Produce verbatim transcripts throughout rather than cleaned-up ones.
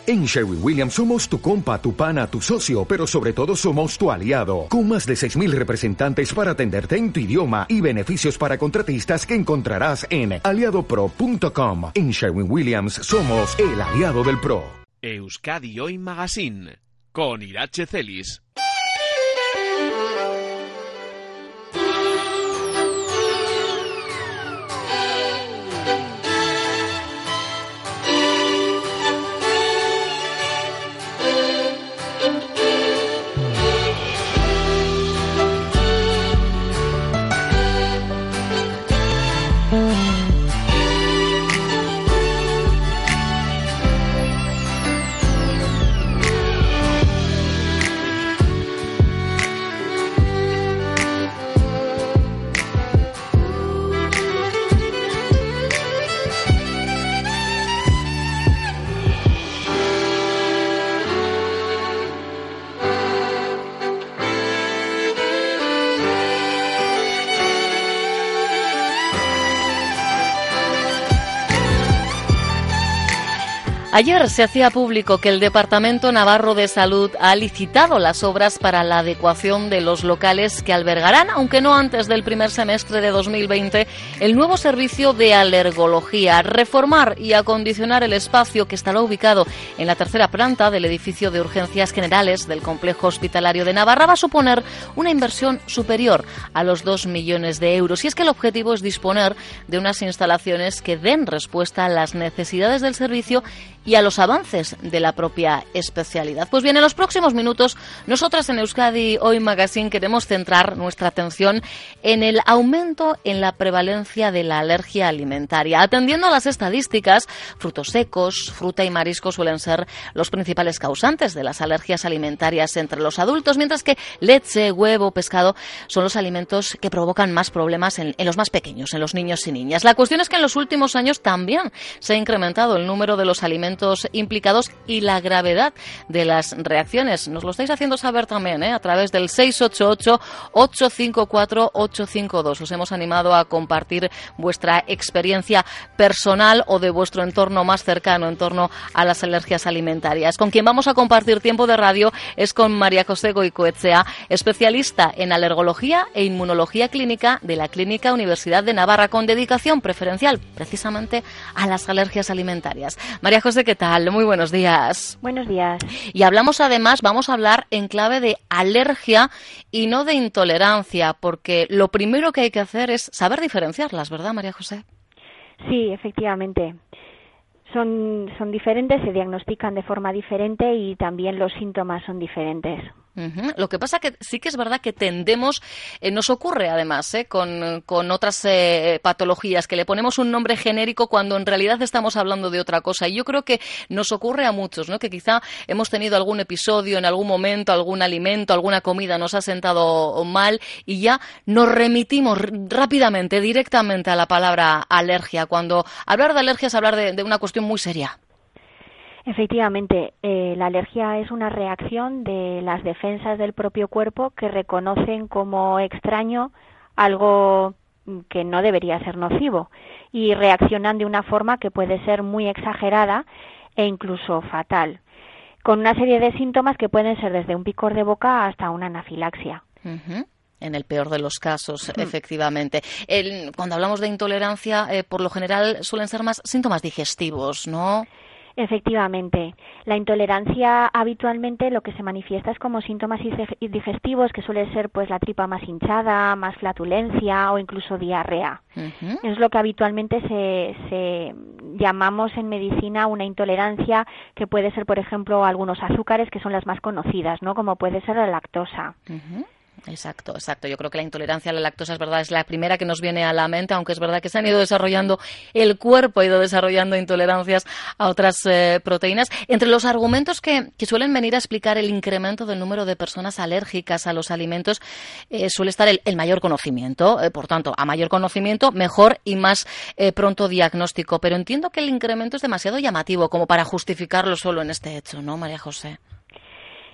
En Sherwin-Williams somos tu compa, tu pana, tu socio, pero sobre todo somos tu aliado, con más de seis mil representantes para atenderte en tu idioma y beneficios para contratistas que encontrarás en aliado pro punto com. En Sherwin-Williams somos el aliado del pro. Euskadi Hoy Magazine, con Irache Celis. Ayer se hacía público que el Departamento Navarro de Salud ha licitado las obras para la adecuación de los locales que albergarán, aunque no antes del primer semestre de dos mil veinte, el nuevo servicio de alergología. Reformar y acondicionar el espacio que estará ubicado en la tercera planta del edificio de urgencias generales del complejo hospitalario de Navarra va a suponer una inversión superior a los dos millones de euros. Y es que el objetivo es disponer de unas instalaciones que den respuesta a las necesidades del servicio y a los avances de la propia especialidad. Pues bien, en los próximos minutos, nosotras en Euskadi Hoy Magazine queremos centrar nuestra atención en el aumento en la prevalencia de la alergia alimentaria. Atendiendo a las estadísticas, frutos secos, fruta y marisco suelen ser los principales causantes de las alergias alimentarias entre los adultos, mientras que leche, huevo, pescado son los alimentos que provocan más problemas en, en los más pequeños, en los niños y niñas. La cuestión es que en los últimos años también se ha incrementado el número de los alimentos implicados y la gravedad de las reacciones. Nos lo estáis haciendo saber también, ¿eh? A través del seis ocho ocho, ocho cinco cuatro, ocho cinco dos. Os hemos animado a compartir vuestra experiencia personal o de vuestro entorno más cercano en torno a las alergias alimentarias. Con quien vamos a compartir tiempo de radio es con María José Goicoechea, especialista en alergología e inmunología clínica de la Clínica Universidad de Navarra, con dedicación preferencial precisamente a las alergias alimentarias. María José, ¿qué tal? Muy buenos días. Buenos días. Y hablamos además, vamos a hablar en clave de alergia y no de intolerancia, porque lo primero que hay que hacer es saber diferenciarlas, ¿verdad, María José? Sí, efectivamente. Son, son diferentes, se diagnostican de forma diferente y también los síntomas son diferentes. Uh-huh. Lo que pasa que sí que es verdad que tendemos, eh, nos ocurre además eh, con, con otras eh, patologías, que le ponemos un nombre genérico cuando en realidad estamos hablando de otra cosa. Y yo creo que nos ocurre a muchos, ¿no? Que quizá hemos tenido algún episodio en algún momento, algún alimento, alguna comida nos ha sentado mal y ya nos remitimos rápidamente, directamente a la palabra alergia, cuando hablar de alergia es hablar de, de una cuestión muy seria. Efectivamente, eh, la alergia es una reacción de las defensas del propio cuerpo que reconocen como extraño algo que no debería ser nocivo y reaccionan de una forma que puede ser muy exagerada e incluso fatal, con una serie de síntomas que pueden ser desde un picor de boca hasta una anafilaxia. Uh-huh. En el peor de los casos, mm. efectivamente. El, cuando hablamos de intolerancia, eh, por lo general suelen ser más síntomas digestivos, ¿no? Efectivamente. La intolerancia habitualmente lo que se manifiesta es como síntomas digestivos, que suele ser pues la tripa más hinchada, más flatulencia o incluso diarrea. Uh-huh. Es lo que habitualmente se, se llamamos en medicina una intolerancia, que puede ser, por ejemplo, algunos azúcares, que son las más conocidas, ¿no? Como puede ser la lactosa. Uh-huh. Exacto, exacto. Yo creo que la intolerancia a la lactosa es verdad, es la primera que nos viene a la mente, aunque es verdad que se han ido desarrollando, el cuerpo ha ido desarrollando intolerancias a otras eh, proteínas. Entre los argumentos que, que suelen venir a explicar el incremento del número de personas alérgicas a los alimentos eh, suele estar el, el mayor conocimiento. Eh, por tanto, a mayor conocimiento, mejor y más eh, pronto diagnóstico. Pero entiendo que el incremento es demasiado llamativo como para justificarlo solo en este hecho, ¿no, María José?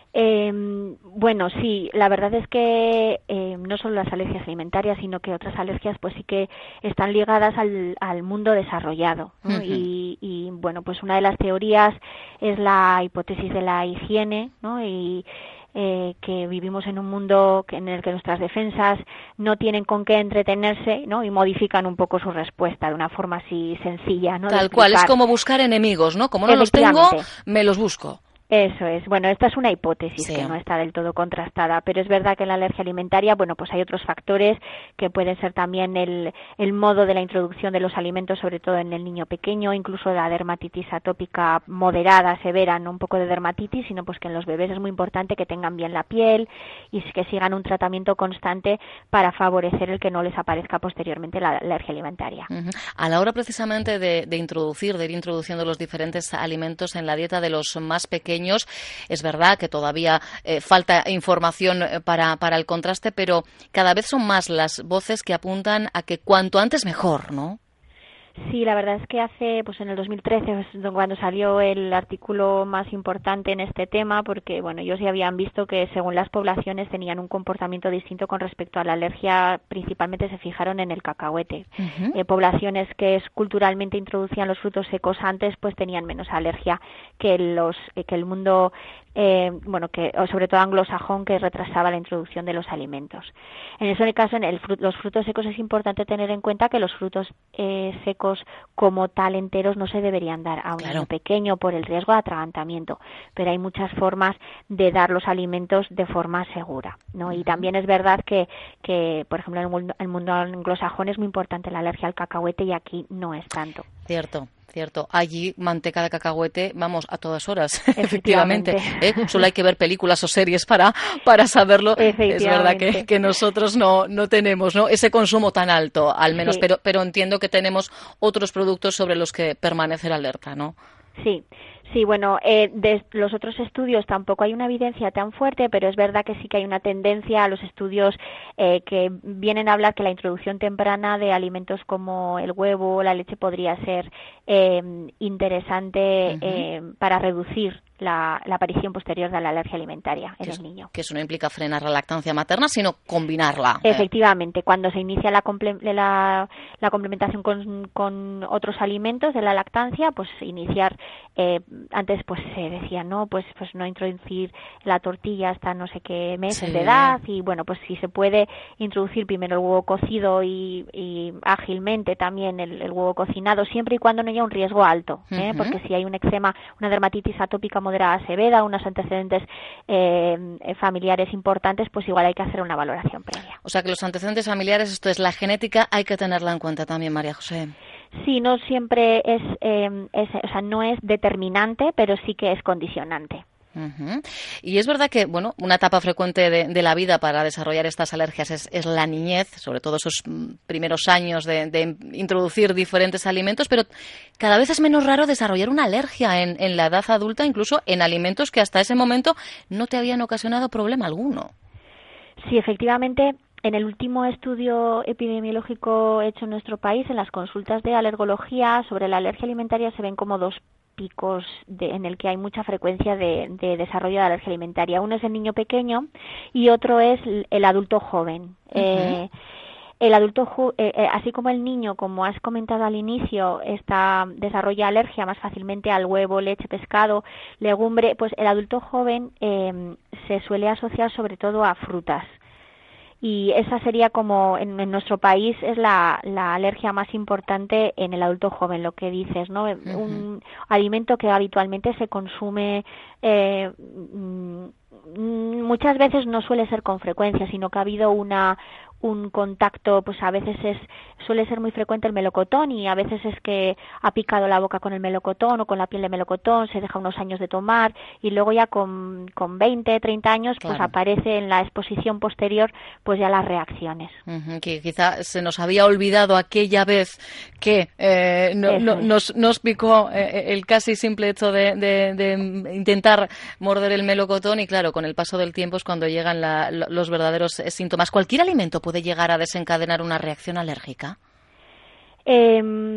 Eh, bueno, sí, la verdad es que eh, no solo las alergias alimentarias, sino que otras alergias pues sí que están ligadas al, al mundo desarrollado, ¿no? Uh-huh. y, y bueno, pues una de las teorías es la hipótesis de la higiene, ¿no? Y eh, que vivimos en un mundo en el que nuestras defensas no tienen con qué entretenerse, ¿no? Y modifican un poco su respuesta de una forma así sencilla, ¿no? Tal cual, es como buscar enemigos, ¿no? Como no los tengo, me los busco. Eso es. Bueno, esta es una hipótesis sí. que no está del todo contrastada, pero es verdad que en la alergia alimentaria, bueno, pues hay otros factores que pueden ser también el, el modo de la introducción de los alimentos, sobre todo en el niño pequeño, incluso la dermatitis atópica moderada, severa, no un poco de dermatitis, sino pues que en los bebés es muy importante que tengan bien la piel y que sigan un tratamiento constante para favorecer el que no les aparezca posteriormente la, la alergia alimentaria. Uh-huh. A la hora precisamente de, de introducir, de ir introduciendo los diferentes alimentos en la dieta de los más pequeños, es verdad que todavía eh, falta información para, para el contraste, pero cada vez son más las voces que apuntan a que cuanto antes mejor, ¿no? Sí, la verdad es que hace, pues en el dos mil trece, cuando salió el artículo más importante en este tema, porque, bueno, ellos ya habían visto que según las poblaciones tenían un comportamiento distinto con respecto a la alergia, principalmente se fijaron en el cacahuete. Uh-huh. Eh, poblaciones que es, culturalmente introducían los frutos secos antes, pues tenían menos alergia que los eh, que el mundo, eh, bueno, que sobre todo anglosajón, que retrasaba la introducción de los alimentos. En ese caso, en el, los frutos secos es importante tener en cuenta que los frutos eh, secos como tal enteros no se deberían dar a un claro. niño pequeño por el riesgo de atragantamiento, pero hay muchas formas de dar los alimentos de forma segura, ¿no? Y también es verdad que, que por ejemplo, en el mundo, el mundo anglosajón es muy importante la alergia al cacahuete y aquí no es tanto. Cierto. Cierto, allí manteca de cacahuete, vamos, a todas horas, efectivamente. ¿eh? Solo hay que ver películas o series para, para saberlo. Es verdad que, que nosotros no, no tenemos, ¿no?, ese consumo tan alto, al menos, sí. pero, pero entiendo que tenemos otros productos sobre los que permanecer alerta, ¿no? Sí. Sí, bueno, eh, de los otros estudios tampoco hay una evidencia tan fuerte, pero es verdad que sí que hay una tendencia a los estudios eh, que vienen a hablar que la introducción temprana de alimentos como el huevo o la leche podría ser eh, interesante uh-huh. eh, para reducir la, la aparición posterior de la alergia alimentaria en el niño. Que eso no implica frenar la lactancia materna, sino combinarla. Efectivamente, cuando se inicia la, comple- la, la complementación con, con otros alimentos de la lactancia, pues iniciar, eh, antes pues se decía, no, pues pues no introducir la tortilla hasta no sé qué meses sí. de edad, y bueno, pues si se puede introducir primero el huevo cocido y, y ágilmente también el, el huevo cocinado, siempre y cuando no haya un riesgo alto, ¿eh? Uh-huh. Porque si hay un eczema, una dermatitis atópica moderada severa, unos antecedentes eh, familiares importantes, pues igual hay que hacer una valoración previa. O sea que los antecedentes familiares, esto es la genética, hay que tenerla en cuenta también, María José. Sí, no siempre es, eh, es, o sea, no es determinante, pero sí que es condicionante. Uh-huh. Y es verdad que, bueno, una etapa frecuente de, de la vida para desarrollar estas alergias es, es la niñez, sobre todo esos primeros años de, de introducir diferentes alimentos, pero cada vez es menos raro desarrollar una alergia en, en la edad adulta, incluso en alimentos que hasta ese momento no te habían ocasionado problema alguno. Sí, efectivamente. En el último estudio epidemiológico hecho en nuestro país, en las consultas de alergología sobre la alergia alimentaria se ven como dos picos de, en el que hay mucha frecuencia de, de desarrollo de alergia alimentaria. Uno es el niño pequeño y otro es el adulto joven. Uh-huh. Eh, el adulto, eh, eh, así como el niño, como has comentado al inicio, está, desarrolla alergia más fácilmente al huevo, leche, pescado, legumbre, pues el adulto joven eh, se suele asociar sobre todo a frutas. Y esa sería como, en, en nuestro país, es la, la alergia más importante en el adulto joven, lo que dices, ¿no? Uh-huh. Un alimento que habitualmente se consume eh, muchas veces, no suele ser con frecuencia, sino que ha habido una un contacto, pues a veces es suele ser muy frecuente el melocotón y a veces es que ha picado la boca con el melocotón o con la piel de melocotón, se deja unos años de tomar y luego ya con, con veinte, treinta años claro. pues aparece en la exposición posterior pues ya las reacciones. Uh-huh, que quizá se nos había olvidado aquella vez que eh, no, no, nos, nos picó eh, el casi simple hecho de, de, de intentar morder el melocotón y claro, con el paso del tiempo es cuando llegan la, los verdaderos síntomas. ¿Cualquier alimento puede llegar a desencadenar una reacción alérgica? Eh,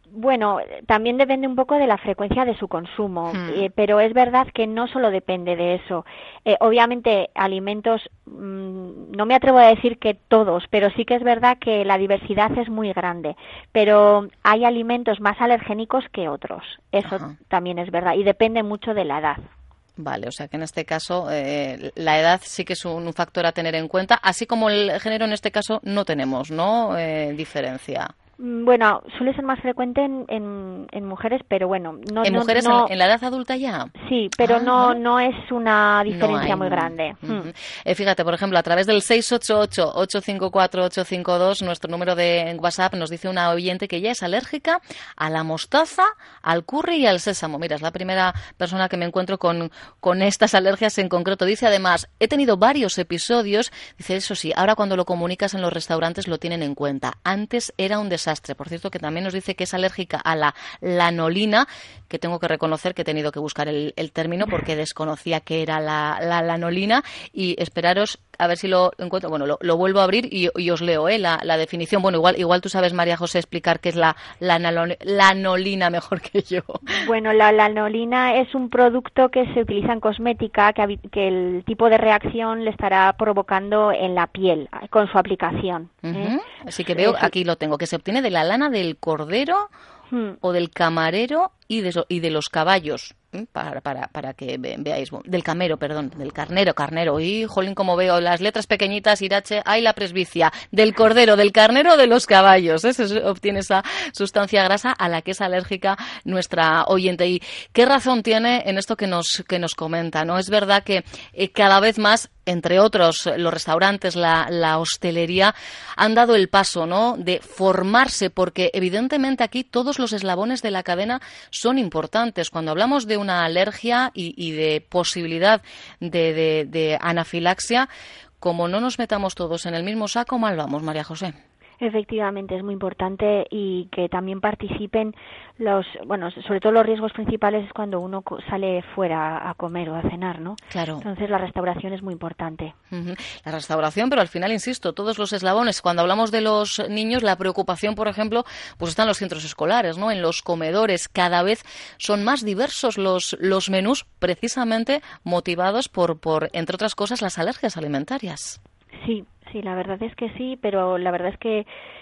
Bueno, también depende un poco de la frecuencia de su consumo, hmm. eh, pero es verdad que no solo depende de eso. Eh, obviamente, alimentos, mmm, no me atrevo a decir que todos, pero sí que es verdad que la diversidad es muy grande. Pero hay alimentos más alergénicos que otros, eso Ajá. también es verdad, y depende mucho de la edad. Vale, o sea que en este caso eh, la edad sí que es un factor a tener en cuenta, así como el género en este caso no tenemos, ¿no? Eh, diferencia. Bueno, suele ser más frecuente en, en, en mujeres, pero bueno, no en no, mujeres no, en, en la edad adulta ya. Sí, pero ah, no, ¿no? no es una diferencia no muy grande. Uh-huh. Hmm. Eh, fíjate, por ejemplo, a través del seis ocho ocho, ocho cinco cuatro, ocho cinco dos, nuestro número de WhatsApp, nos dice una oyente que ella es alérgica a la mostaza, al curry y al sésamo. Mira, es la primera persona que me encuentro con, con estas alergias en concreto. Dice además, he tenido varios episodios, dice, eso sí, ahora cuando lo comunicas en los restaurantes lo tienen en cuenta. Antes era un desastre. Por cierto, que también nos dice que es alérgica a la lanolina, que tengo que reconocer que he tenido que buscar el, el término porque desconocía que era la, la lanolina, y esperaros a ver si lo encuentro. Bueno, lo, lo vuelvo a abrir y, y os leo ¿eh? la, la definición. Bueno, igual igual tú sabes, María José, explicar qué es la, la lanolina mejor que yo. Bueno, la lanolina es un producto que se utiliza en cosmética, que, que el tipo de reacción le estará provocando en la piel con su aplicación. Uh-huh. ¿eh? Así que veo, aquí lo tengo, que se obtiene de la lana del cordero hmm. o del camarero y de, y de los caballos. Para, para, para que ve, veáis, del camero, perdón, del carnero, carnero, y jolín, como veo las letras pequeñitas, irache, hay la presbicia, del cordero, del carnero, de los caballos, ¿eh? Se obtiene esa sustancia grasa a la que es alérgica nuestra oyente. Y qué razón tiene en esto que nos, que nos comenta, ¿no? Es verdad que eh, cada vez más, entre otros, los restaurantes, la, la hostelería, han dado el paso, ¿no?, de formarse, porque evidentemente aquí todos los eslabones de la cadena son importantes. Cuando hablamos de una alergia y, y de posibilidad de, de, de anafilaxia, como no nos metamos todos en el mismo saco, mal vamos, María José. Efectivamente, es muy importante y que también participen los, bueno, sobre todo los riesgos principales es cuando uno sale fuera a comer o a cenar, ¿no? Claro. Entonces la restauración es muy importante. Uh-huh. La restauración, pero al final, insisto, todos los eslabones. Cuando hablamos de los niños, la preocupación, por ejemplo, pues está en los centros escolares, ¿no? En los comedores. Cada vez son más diversos los, los menús, precisamente motivados por, por, entre otras cosas, las alergias alimentarias. Sí, sí, la verdad es que sí, pero la verdad es que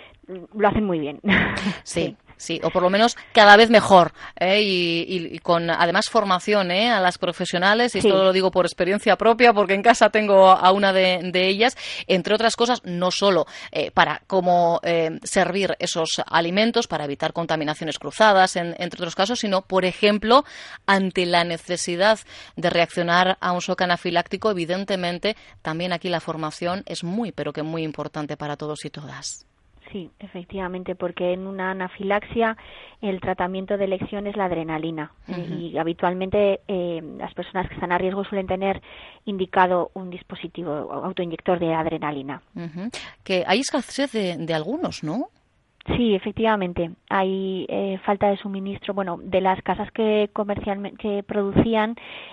lo hacen muy bien. Sí. sí. Sí, o por lo menos cada vez mejor, ¿eh? y, y, y con además formación ¿eh? a las profesionales, y sí. esto lo digo por experiencia propia, porque en casa tengo a una de, de ellas, entre otras cosas, no solo eh, para cómo eh, servir esos alimentos, para evitar contaminaciones cruzadas, en, entre otros casos, sino, por ejemplo, ante la necesidad de reaccionar a un shock anafiláctico, evidentemente, también aquí la formación es muy, pero que muy importante para todos y todas. Sí, efectivamente, porque en una anafilaxia el tratamiento de elección es la adrenalina. Uh-huh. Y habitualmente eh, las personas que están a riesgo suelen tener indicado un dispositivo autoinyector de adrenalina. Uh-huh. Que hay escasez de, de algunos, ¿no? Sí, efectivamente. Hay eh, falta de suministro. Bueno, de las casas que comercialmente que producían,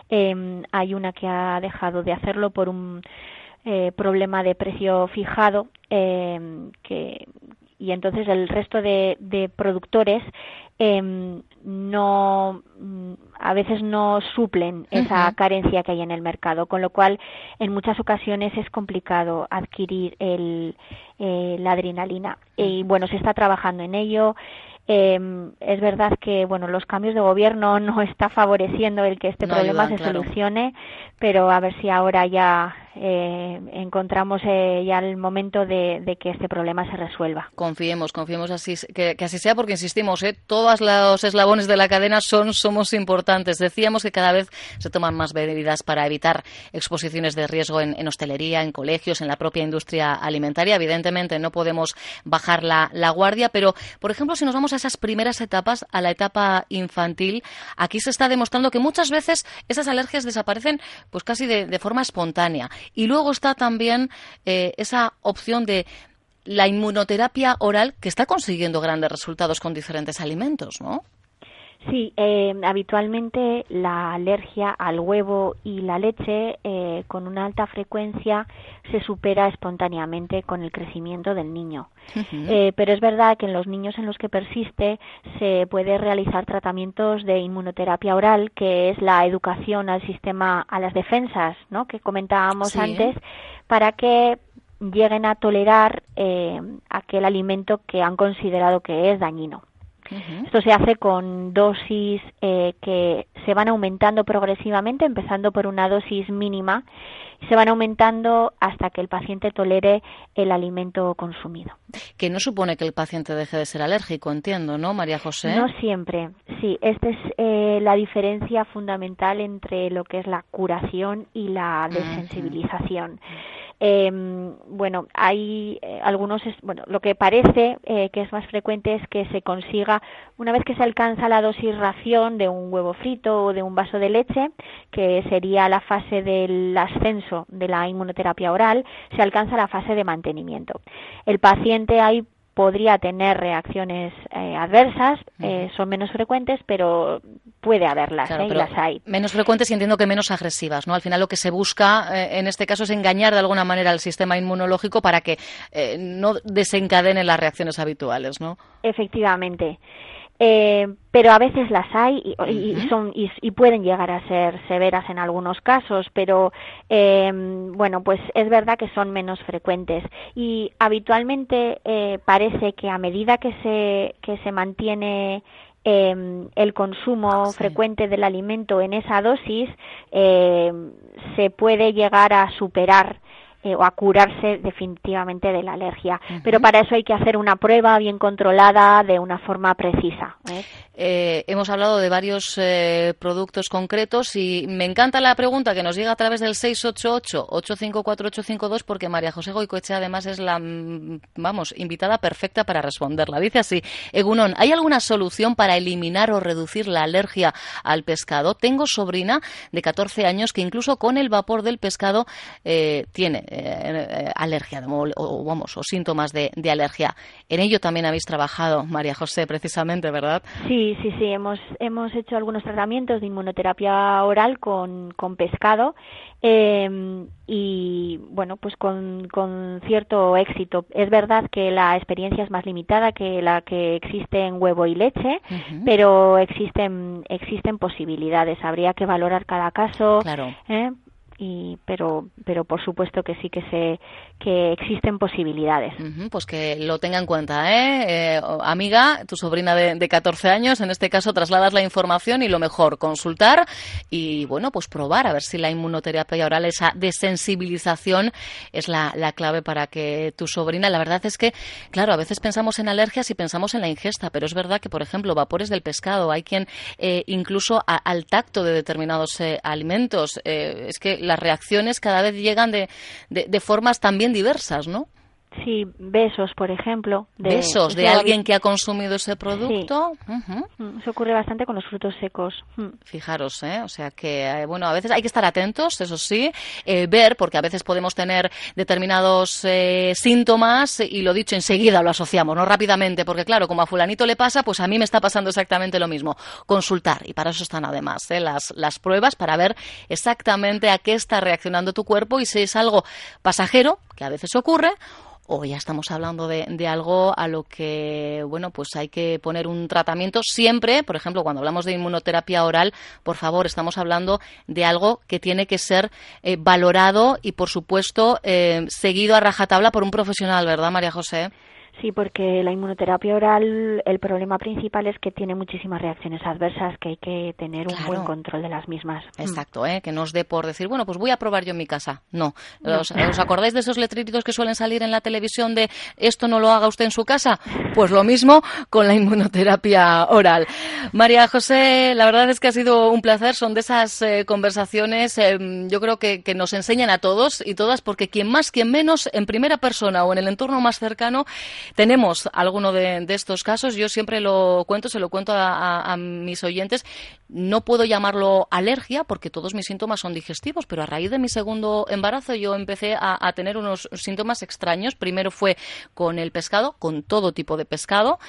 eh, hay una que ha dejado de hacerlo por un Eh, problema de precio fijado eh, que y entonces el resto de, de productores eh, no a veces no suplen esa uh-huh. carencia que hay en el mercado, con lo cual en muchas ocasiones es complicado adquirir el, eh, la adrenalina. Y bueno, se está trabajando en ello. Eh, es verdad que bueno, los cambios de gobierno no está favoreciendo el que este no problema ayudan, se claro. solucione, pero a ver si ahora ya eh, encontramos eh, ya el momento de, de que este problema se resuelva. Confiemos, confiemos así que, que así sea, porque insistimos, ¿eh? todos los eslabones de la cadena son somos importantes. Decíamos que cada vez se toman más medidas para evitar exposiciones de riesgo en, en hostelería, en colegios, en la propia industria alimentaria. Evidentemente no podemos bajar la, la guardia, pero por ejemplo, si nos vamos a esas primeras etapas, a la etapa infantil, aquí se está demostrando que muchas veces esas alergias desaparecen pues casi de, de forma espontánea. Y luego está también eh, esa opción de la inmunoterapia oral, que está consiguiendo grandes resultados con diferentes alimentos, ¿no? Sí, eh, habitualmente la alergia al huevo y la leche eh, con una alta frecuencia se supera espontáneamente con el crecimiento del niño. Uh-huh. Eh, pero es verdad que en los niños en los que persiste se puede realizar tratamientos de inmunoterapia oral, que es la educación al sistema, a las defensas, ¿no?, que comentábamos sí. antes, para que lleguen a tolerar eh, aquel alimento que han considerado que es dañino. Uh-huh. Esto se hace con dosis eh, que se van aumentando progresivamente, empezando por una dosis mínima, y se van aumentando hasta que el paciente tolere el alimento consumido. Que no supone que el paciente deje de ser alérgico, entiendo, ¿no, María José? No siempre, sí. Esta es eh, la diferencia fundamental entre lo que es la curación y la desensibilización. Uh-huh. Eh, bueno, hay eh, algunos, bueno, lo que parece eh, que es más frecuente es que se consiga, una vez que se alcanza la dosis ración de un huevo frito o de un vaso de leche, que sería la fase del ascenso de la inmunoterapia oral, se alcanza la fase de mantenimiento. El paciente ahí podría tener reacciones eh, adversas, eh, son menos frecuentes, pero puede haberlas, claro, eh, y las hay. Menos frecuentes y entiendo que menos agresivas, ¿no? Al final lo que se busca eh, en este caso es engañar de alguna manera al sistema inmunológico para que eh, no desencadene las reacciones habituales, ¿no? Efectivamente. Eh, pero a veces las hay y, y, uh-huh. son, y, y pueden llegar a ser severas en algunos casos, pero eh, bueno, pues es verdad que son menos frecuentes y habitualmente eh, parece que a medida que se, que se mantiene eh, el consumo sí. frecuente del alimento en esa dosis, eh, se puede llegar a superar Eh, o a curarse definitivamente de la alergia. Uh-huh. Pero para eso hay que hacer una prueba bien controlada de una forma precisa. ¿eh? Eh, hemos hablado de varios eh, productos concretos y me encanta la pregunta que nos llega a través del seis ocho ocho, ocho cinco cuatro, ocho cinco dos porque María José Goicoechea además es la, vamos, invitada perfecta para responderla. Dice así, Egunon, ¿hay alguna solución para eliminar o reducir la alergia al pescado? Tengo sobrina de catorce años que incluso con el vapor del pescado eh, tiene Eh, alergia o, o vamos o síntomas de, de alergia. En ello también habéis trabajado, María José, precisamente, ¿verdad? Sí, sí, sí. Hemos hemos hecho algunos tratamientos de inmunoterapia oral con, con pescado eh, y bueno, pues con, con cierto éxito. Es verdad que la experiencia es más limitada que la que existe en huevo y leche, uh-huh. pero existen existen posibilidades. Habría que valorar cada caso. Claro. ¿eh? Y, pero pero por supuesto que sí que se que existen posibilidades. Uh-huh, pues que lo tenga en cuenta, ¿eh? eh amiga, tu sobrina de, de catorce años, en este caso trasladas la información y lo mejor, consultar y bueno, pues probar a ver si la inmunoterapia oral, esa desensibilización es la, la clave para que tu sobrina, la verdad es que, claro, a veces pensamos en alergias y pensamos en la ingesta, pero es verdad que, por ejemplo, vapores del pescado, hay quien eh, incluso a, al tacto de determinados eh, alimentos, eh, es que las reacciones cada vez llegan de, de, de formas también diversas, ¿no? Sí, besos, por ejemplo. De, besos de alguien que ha consumido ese producto. Sí. Uh-huh. Eso ocurre bastante con los frutos secos. Fijaros, ¿eh? O sea que, bueno, a veces hay que estar atentos, eso sí, eh, ver, porque a veces podemos tener determinados eh, síntomas y lo dicho, enseguida lo asociamos, no rápidamente, porque claro, como a fulanito le pasa, pues a mí me está pasando exactamente lo mismo. Consultar, y para eso están además ¿eh? las, las pruebas, para ver exactamente a qué está reaccionando tu cuerpo y si es algo pasajero, que a veces ocurre, o ya estamos hablando de, de algo a lo que, bueno, pues hay que poner un tratamiento siempre. Por ejemplo, cuando hablamos de inmunoterapia oral, por favor, estamos hablando de algo que tiene que ser eh, valorado y, por supuesto, eh, seguido a rajatabla por un profesional, ¿verdad, María José? Sí, porque la inmunoterapia oral, el problema principal es que tiene muchísimas reacciones adversas que hay que tener un claro. buen control de las mismas. Exacto, ¿eh? Que no os dé por decir, bueno, pues voy a probar yo en mi casa. No. no. ¿Os, ¿Os acordáis de esos letreritos que suelen salir en la televisión de esto no lo haga usted en su casa? Pues lo mismo con la inmunoterapia oral. María José, la verdad es que ha sido un placer. Son de esas eh, conversaciones, eh, yo creo que, que nos enseñan a todos y todas, porque quien más, quien menos, en primera persona o en el entorno más cercano, tenemos alguno de, de estos casos. Yo siempre lo cuento, se lo cuento a, a, a mis oyentes. No puedo llamarlo alergia porque todos mis síntomas son digestivos, pero a raíz de mi segundo embarazo yo empecé a, a tener unos síntomas extraños. Primero fue con el pescado, con todo tipo de pescado.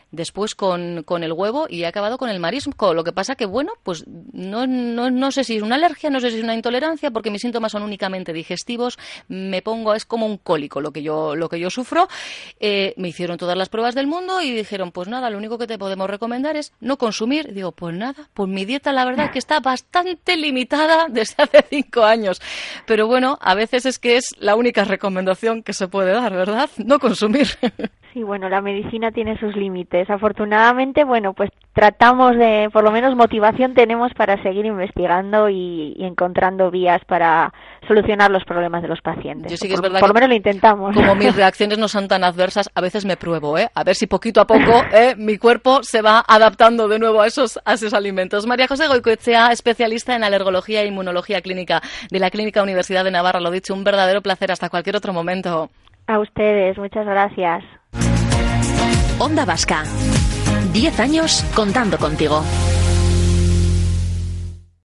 después con, con el huevo y he acabado con el marisco. Lo que pasa que, bueno, pues no, no, no sé si es una alergia, no sé si es una intolerancia, porque mis síntomas son únicamente digestivos. Me pongo, es como un cólico lo que yo, lo que yo sufro. Eh, me hicieron todas las pruebas del mundo y dijeron, pues nada, lo único que te podemos recomendar es no consumir. Digo, pues nada, pues mi dieta la verdad que está bastante limitada desde hace cinco años. Pero bueno, a veces es que es la única recomendación que se puede dar, ¿verdad? No consumir. Sí, bueno, la medicina tiene sus límites. Afortunadamente, bueno, pues tratamos de, por lo menos motivación tenemos para seguir investigando y, y encontrando vías para solucionar los problemas de los pacientes. Yo sí que por, es verdad por lo que menos lo intentamos. Como mis reacciones no son tan adversas, a veces me pruebo, ¿eh? A ver si poquito a poco ¿eh? mi cuerpo se va adaptando de nuevo a esos, a esos alimentos. María José Goicoechea, especialista en alergología e inmunología clínica de la Clínica Universidad de Navarra. Lo dicho, un verdadero placer. Hasta cualquier otro momento. A ustedes, muchas gracias. Onda Vasca. Diez años contando contigo.